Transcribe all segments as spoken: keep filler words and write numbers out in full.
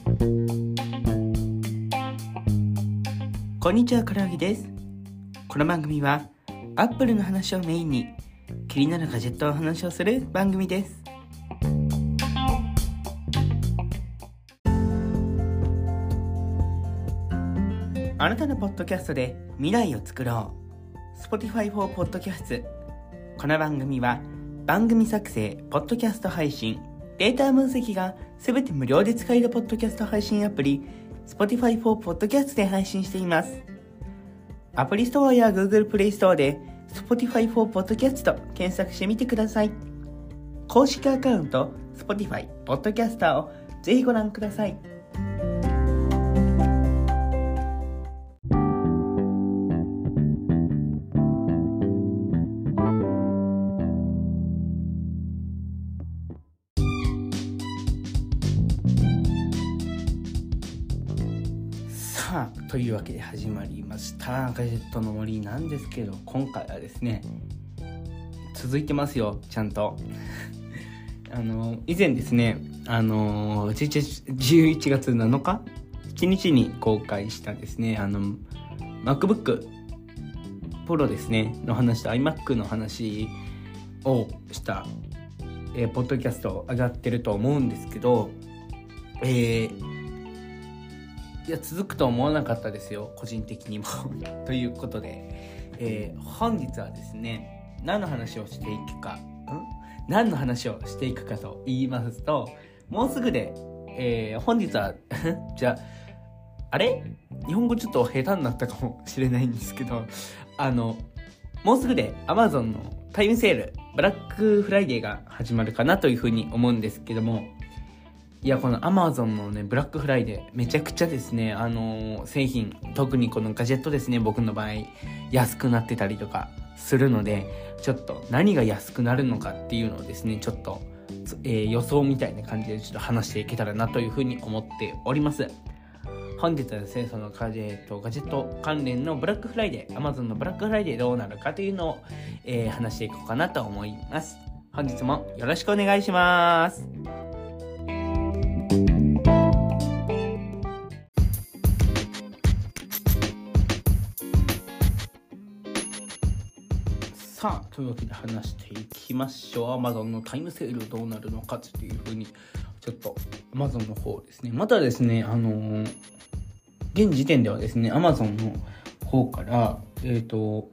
こんにちは、からあげです。この番組は Apple の話をメインに気になるガジェットの話をする番組です。あなたのポッドキャストで未来を作ろう Spotify for Podcast。 この番組は番組作成、ポッドキャスト配信、データ分析がすべて無料で使えるポッドキャスト配信アプリ Spotify for Podcast で配信しています。アプリストアや Google Play Store で Spotify for Podcast と検索してみてください。公式アカウント Spotify Podcaster をぜひご覧ください。さあ、というわけで始まりましたガジェットの森なんですけど、今回はですね、続いてますよ、ちゃんとあの以前ですね、あのじゅういちがつなのかしちにちに公開したですね、あの MacBook Pro ですねの話と iMac の話をした、えー、ポッドキャスト上がってると思うんですけど、えーいや続くと思わなかったですよ、個人的にもということで、えー、本日はですね、何の話をしていくかん何の話をしていくかと言いますと、もうすぐで、えー、本日はじゃああれ日本語ちょっと下手になったかもしれないんですけど、あのもうすぐで Amazon のタイムセール、ブラックフライデーが始まるかなというふうに思うんですけども、いやこの Amazon のねブラックフライデーめちゃくちゃですね、あのー、製品、特にこのガジェットですね、僕の場合安くなってたりとかするので、ちょっと何が安くなるのかっていうのをですね、ちょっと、えー、予想みたいな感じでちょっと話していけたらなというふうに思っております。本日はですね、そのガジェットガジェット関連のブラックフライデー、 Amazon のブラックフライデーどうなるかというのを、えー、話していこうかなと思います。本日もよろしくお願いします。さあ、というわけで話していきましょう。 Amazon のタイムセールどうなるのかっていうふうに、ちょっと Amazon の方ですね、またですね、あのー、現時点ではですね Amazon の方からえっ、ー、と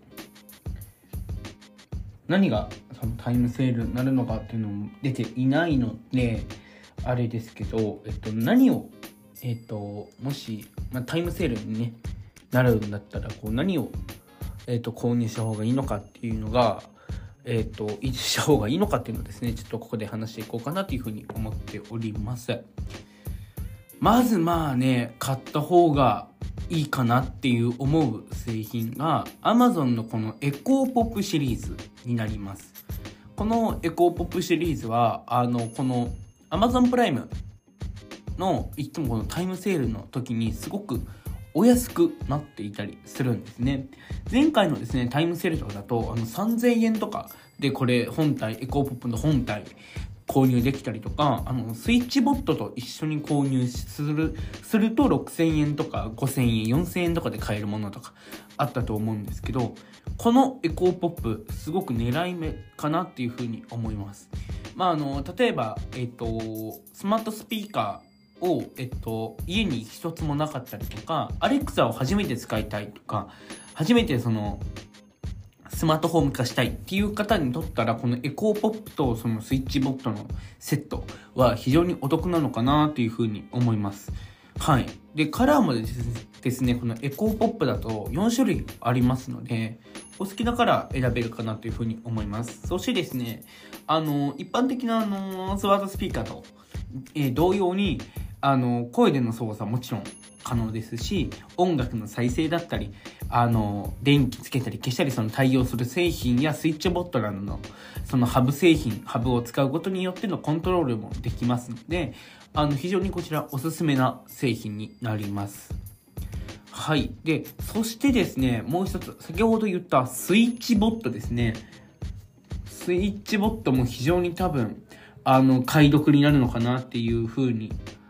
何がそのタイムセールになるのかっていうのも出ていないのであれですけど、えっと何をえっともし、まあ、タイムセールに、ね、なるんだったらこう何をえっと購入した方がいいのかっていうのが、えっと維持した方がいいのかっていうのをですね、ちょっとここで話していこうかなというふうに思っております。まずまあね、買った方がいいかなっていう思う製品が Amazon のこのエコーポップシリーズになります。このエコーポップシリーズはあのこの Amazon プライムのいつもこのタイムセールの時にすごくお安くなっていたりするんですね。前回のですねタイムセールとかだとあのさんぜんえんとかでこれ本体、エコーポップの本体購入できたりとか、あのスイッチボットと一緒に購入するするとろくせんえんとかごせんえん、よんせんえんとかで買えるものとかあったと思うんですけど、このエコーポップすごく狙い目かなっていうふうに思います。まああの例えばえっとスマートスピーカーを、えっと、家に一つもなかったりとか、アレクサを初めて使いたいとか、初めてそのスマートホーム化したいっていう方にとったら、このエコーポップとそのスイッチボットのセットは非常にお得なのかなというふうに思います。はい。で、カラーもですね、このエコーポップだとよんしゅるいありますので、お好きなカラー選べるかなというふうに思います。そしてですね、あの、一般的なあのスマートスピーカーと、えー、同様に、あの声での操作もちろん可能ですし、音楽の再生だったり、あの電気つけたり消したりその対応する製品やスイッチボットなどのそのハブ製品、ハブを使うことによってのコントロールもできますので、あの非常にこちらおすすめな製品になります。はい。で、そしてですね、もう一つ先ほど言ったスイッチボットですね。スイッチボットも非常に多分あの解読になるのかなっていう風に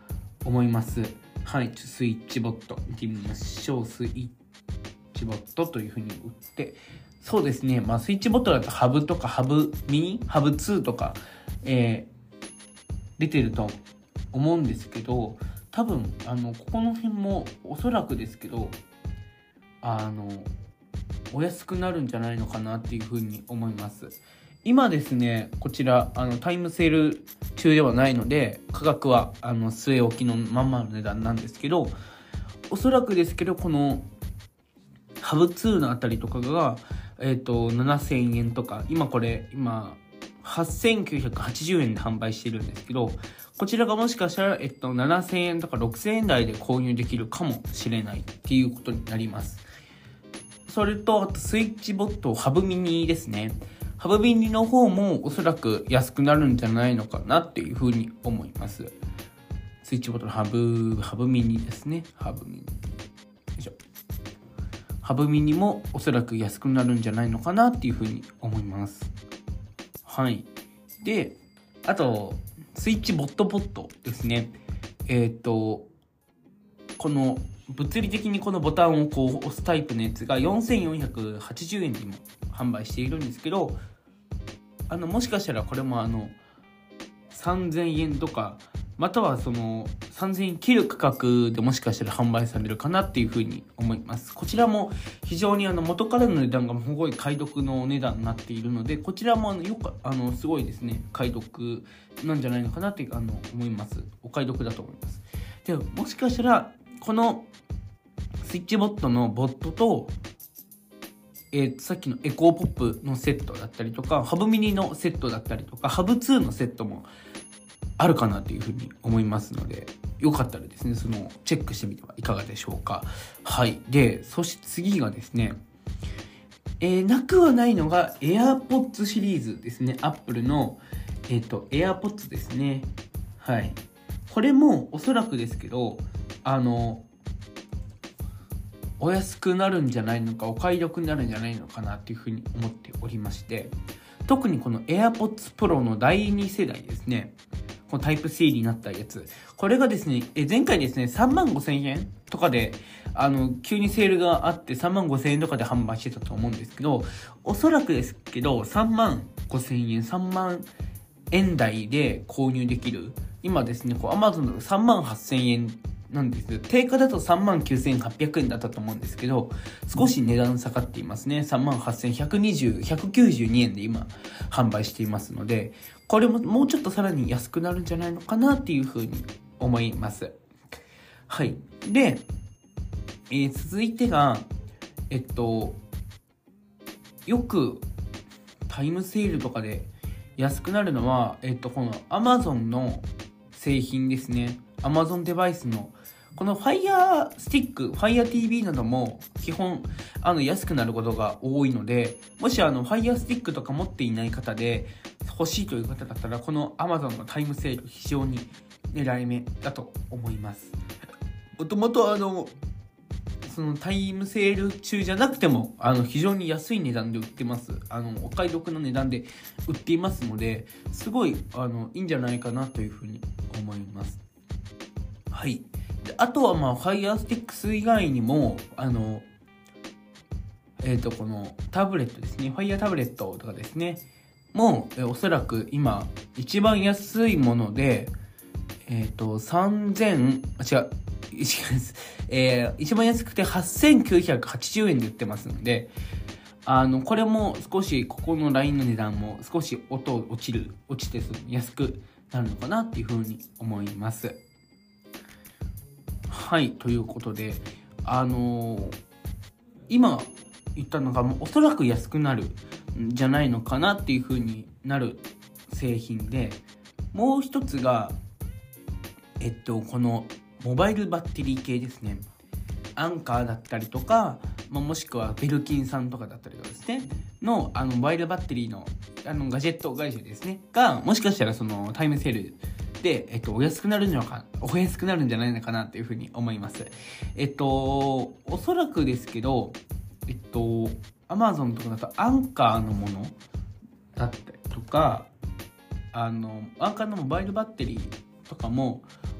思います。はい、スイッチボット見てみましょう。スイッチボットというふうに打って、そうですね、まあスイッチボットだとハブとかハブミニ、ハブツーとか、えー、出てると思うんですけど、多分あのここの辺もおそらくですけど、あのお安くなるんじゃないのかなっていうふうに思います。今ですね、こちらあのタイムセール中ではないので、価格はあの据え置きのまんまの値段なんですけど、おそらくですけど、このハブツーのあたりとかが、えーと、ななせんえんとか、今これ今はっせんきゅうひゃくはちじゅうえんで販売してるんですけど、こちらがもしかしたら、えっと、ななせんえんとかろくせんえん台で購入できるかもしれないっていうことになります。それと、あとスイッチボットハブミニですね。ハブミニの方もおそらく安くなるんじゃないのかなっていうふうに思います。スイッチボットのハブ、ハブミニですね。ハブミニ。よいしょ。ハブミニもおそらく安くなるんじゃないのかなっていうふうに思います。はい。で、あと、スイッチボットポットですね。えっと、この物理的にこのボタンをこう押すタイプのやつがよんせんよんひゃくはちじゅうえんでも販売しているんですけど、あのもしかしたらこれもあのさんぜんえんとか、またはそのさんぜんえん切る価格でもしかしたら販売されるかなっていうふうに思います。こちらも非常にあの元からの値段がすごい買い得のお値段になっているので、こちらもあのよくあのすごいですね、買い得なんじゃないのかなってあの思います。お買い得だと思います。でもしかしたらこのスイッチボットのボットと、えー、さっきのエコーポップのセットだったりとか、ハブミニのセットだったりとか、ハブツーのセットもあるかなというふうに思いますので、よかったらですね、そのチェックしてみてはいかがでしょうか。はい。で、そして次がですね、えー、なくはないのが AirPods シリーズですね。Apple の、えっと、AirPods ですね。はい。これもおそらくですけど、あの、お安くなるんじゃないのか、お買い得になるんじゃないのかなっていうふうに思っておりまして、特にこの AirPods Pro のだいに世代ですね。このタイプ C になったやつ。これがですね、え前回ですね、さんまんごせんえんとかで、あの、急にセールがあってさんまんごせんえんとかで販売してたと思うんですけど、おそらくですけど、さんまんごせんえん、さんまんえん台で購入できる。今ですね、こう Amazon のさんまんはっせんえんなんです。定価だとさんまんきゅうせんはっぴゃくえんだったと思うんですけど、少し値段下がっていますね。さんまんはっせんひゃくにじゅう、ひゃくきゅうじゅうにえんで今販売していますので、これももうちょっとさらに安くなるんじゃないのかなっていうふうに思います。はい。で、えー、続いてが、えっと、よくタイムセールとかで安くなるのは、えっと、この Amazon の製品ですね。Amazon デバイスのこの Fire Stick、Fire ティーブイ なども基本あの安くなることが多いので、もしあの Fire Stick とか持っていない方で欲しいという方だったら、この Amazon のタイムセール非常に狙い目だと思います。もともとあのそのタイムセール中じゃなくてもあの非常に安い値段で売ってます。あのお買い得な値段で売っていますので、すごいあのいいんじゃないかなというふうに思います。はい。であとはまあ Fire Sticks 以外にもあのえっとこのタブレットですね、Fire タブレットとかですね、もうえおそらく今一番安いものでえっとさんぜんあ違う違います。えー、一番安くてはっせんきゅうひゃくはちじゅうえんで売ってますので、あの、これも少し、ここのラインの値段も少し音落ちる、落ちて安くなるのかなっていうふうに思います。はい、ということで、あのー、今言ったのがもうおそらく安くなるんじゃないのかなっていうふうになる製品で、もう一つが、えっと、この、モバイルバッテリー系ですね。アンカーだったりとか、まあ、もしくはベルキンさんとかだったりとかですねのあのモバイルバッテリーのあのガジェット会社ですねが、もしかしたらそのタイムセールで、えっと、お安くなるんじゃないかお安くなるんじゃないのかなというふうに思います。えっとおそらくですけど、えっと Amazon とかだとアンカーのものだったりとか、あのアンカーのモバイルバッテリーとかも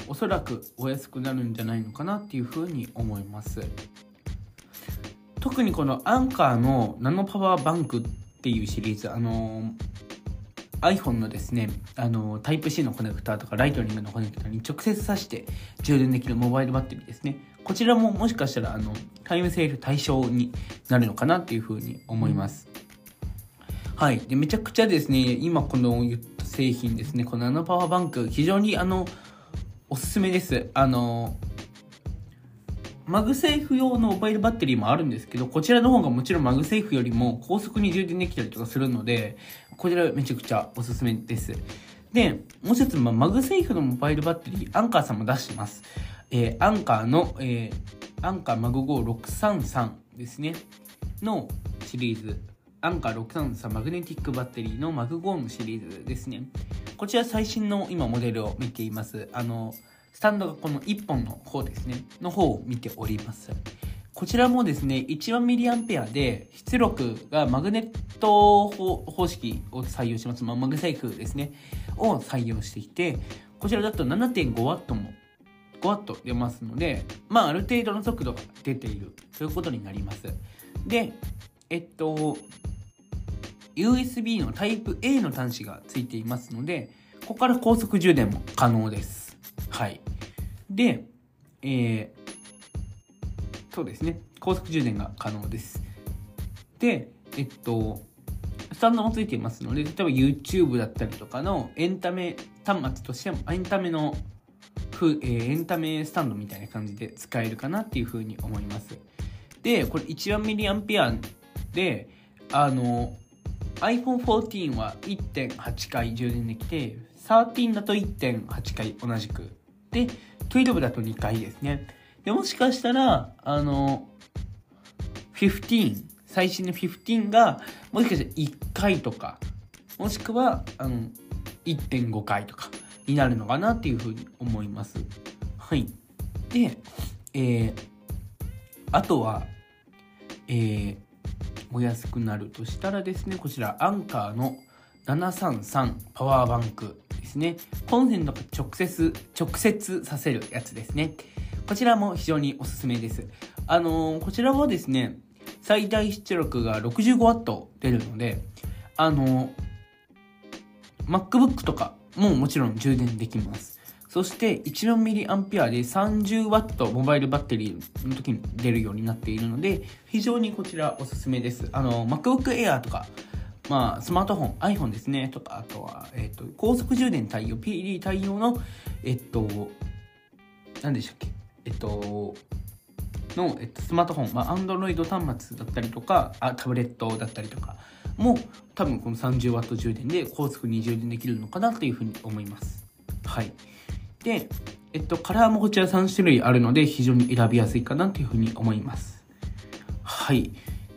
おそらくお安くなるんじゃないのかなっていうふうに思います。特にこのアンカーのナノパワーバンクっていうシリーズ、あのー、iPhone のですね、あのー、タイプ C のコネクタとかライトニングのコネクタに直接挿して充電できるモバイルバッテリーですね。こちらももしかしたらあのタイムセール対象になるのかなっていうふうに思います。はい。で、めちゃくちゃですね、今この言った製品ですね、このナノパワーバンク、非常にあの、おすすめです。あの、マグセーフ用のモバイルバッテリーもあるんですけど、こちらの方がもちろんマグセーフよりも高速に充電できたりとかするので、こちらめちゃくちゃおすすめです。で、もう一つ、まあ、マグセーフのモバイルバッテリー、アンカーさんも出してます。えー、アンカーの、えー、アンカーマグゴーろくさんさんですね、のシリーズ。アンカーろくさんさんマグネティックバッテリーのマグゴーのシリーズですね。こちら最新の今モデルを見ています。あの、スタンドがこのいっぽんの方ですね、の方を見ております。こちらもですね、いちまんミリアンペアで出力がマグネット方式を採用します。まあ、マグセーフですね、を採用していて、こちらだと ななてんごワット もごワット出ますので、まあ、ある程度の速度が出ているということになります。で、えっと、ユーエスビー のタイプ A の端子がついていますので、ここから高速充電も可能です。はい。で、えー、そうですね。高速充電が可能です。で、えっと、スタンドもついていますので、例えば YouTube だったりとかのエンタメ端末としても、エンタメの、えー、エンタメスタンドみたいな感じで使えるかなっていうふうに思います。で、これいちまんミリアンペアで、あの、アイフォンフォーティーン は いってんはち 回充電できて、サーティーンだと いってんはち 回同じく。で、じゅうにだとにかいですね。で、もしかしたら、あの、じゅうご、最新のじゅうごが、もしかしたらいっかいとか、もしくは、あの、いってんご 回とかになるのかなっていうふうに思います。はい。で、えー、あとは、えー、お安くなるとしたらですね、こちらアンカーのななさんさんパワーバンクですね。コンセントが直接直接させるやつですね。こちらも非常におすすめです。あのー、こちらはですね、最大出力が ろくじゅうごワット 出るので、あのー、MacBook とかももちろん充電できます。そしていちまんミリアンペアで さんじゅうワット モバイルバッテリーの時に出るようになっているので、非常にこちらおすすめです。あの MacBook Air とか、まあ、スマートフォン iPhone ですねとか、あとは、えっと、高速充電対応 ピーディー 対応のえっと何でしたっけえっとの、えっと、スマートフォン、まあ、Android 端末だったりとかあタブレットだったりとかも多分この さんじゅうワット 充電で高速に充電できるのかなというふうに思います。はい。で、えっと、カラーもこちらさんしゅるいあるので非常に選びやすいかなというふうに思います。はい。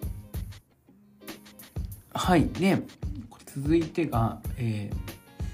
はい。で、続いてが、えー、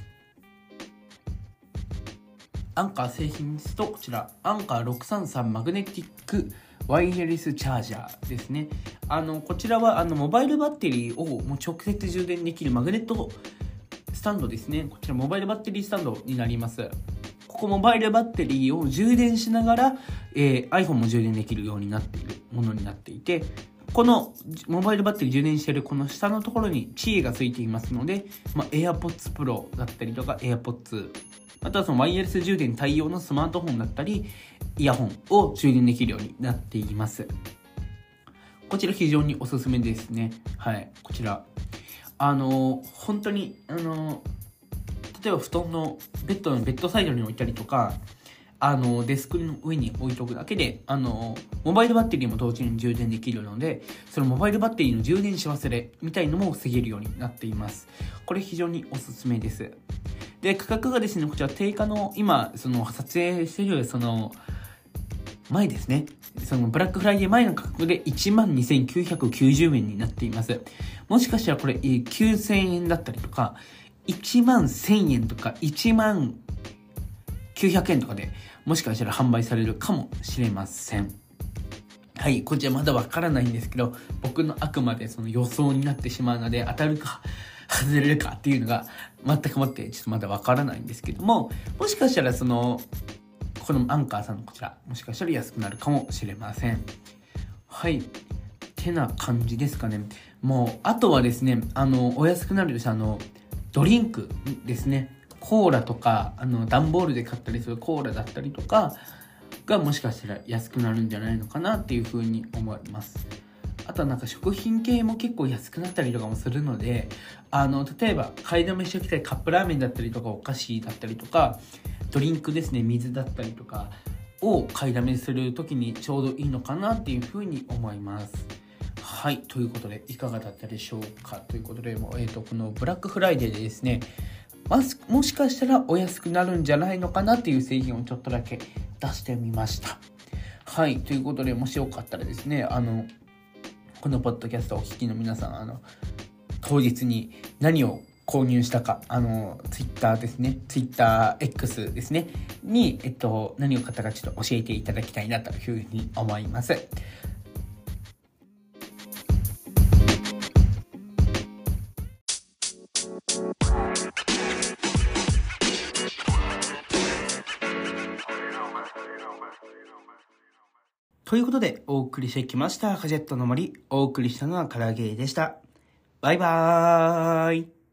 アンカー製品ですと、こちら、アンカーろくさんさんマグネティックワイヤレスチャージャーですね。あの、こちらは、あの、モバイルバッテリーをもう直接充電できるマグネットスタンドですね。こちら、モバイルバッテリースタンドになります。ここモバイルバッテリーを充電しながら、えー、iPhone も充電できるようになっているものになっていて、このモバイルバッテリー充電しているこの下のところにチエがついていますので、まあ、AirPods Pro だったりとか AirPods、またはそのワイヤレス充電対応のスマートフォンだったり、イヤホンを充電できるようになっています。こちら非常におすすめですね。はい、こちら。あのー、本当に、あのー、例えば布団のベッドのベッドサイドに置いたりとか、あのデスクの上に置いておくだけで、あのモバイルバッテリーも同時に充電できるので、そのモバイルバッテリーの充電し忘れみたいのも防げるようになっています。これ非常におすすめです。で、価格がですね、こちら定価の今その撮影しているその前ですね、そのブラックフライデー前の価格で いちまんにせんきゅうひゃくきゅうじゅうえんになっています。もしかしたらこれきゅうせんえんだったりとか、いちまんせんえんとかいちまんきゅうひゃくえんとかでもしかしたら販売されるかもしれません。はい、こちらまだわからないんですけど、僕のあくまでその予想になってしまうので、当たるか外れるかっていうのが全くもってちょっとまだわからないんですけども、もしかしたらそのこのアンカーさんのこちら、もしかしたら安くなるかもしれません。はい。てな感じですかね。もう、あとはですね、あの、お安くなるです。あの、ドリンクですね。コーラとか、あの、段ボールで買ったりするコーラだったりとかがもしかしたら安くなるんじゃないのかなっていうふうに思います。あとはなんか食品系も結構安くなったりとかもするので、あの、例えば買いだめしておきたいカップラーメンだったりとかお菓子だったりとか、ドリンクですね、水だったりとかを買いだめするときにちょうどいいのかなっていうふうに思います。はい。ということで、いかがだったでしょうかということで、もうえっと、このブラックフライデーでですね、もしかしたらお安くなるんじゃないのかなっていう製品をちょっとだけ出してみました。はい。ということで、もしよかったらですね、あの、このポッドキャストをお聞きの皆さん、あの、当日に何を購入したか、あの、ツイッターですね、ツイッター X ですね、に、えっと、何を買ったかちょっと教えていただきたいなというふうに思います。ということで、お送りしてきました、カジェットの森。お送りしたのはカラゲーでした。バイバーイ。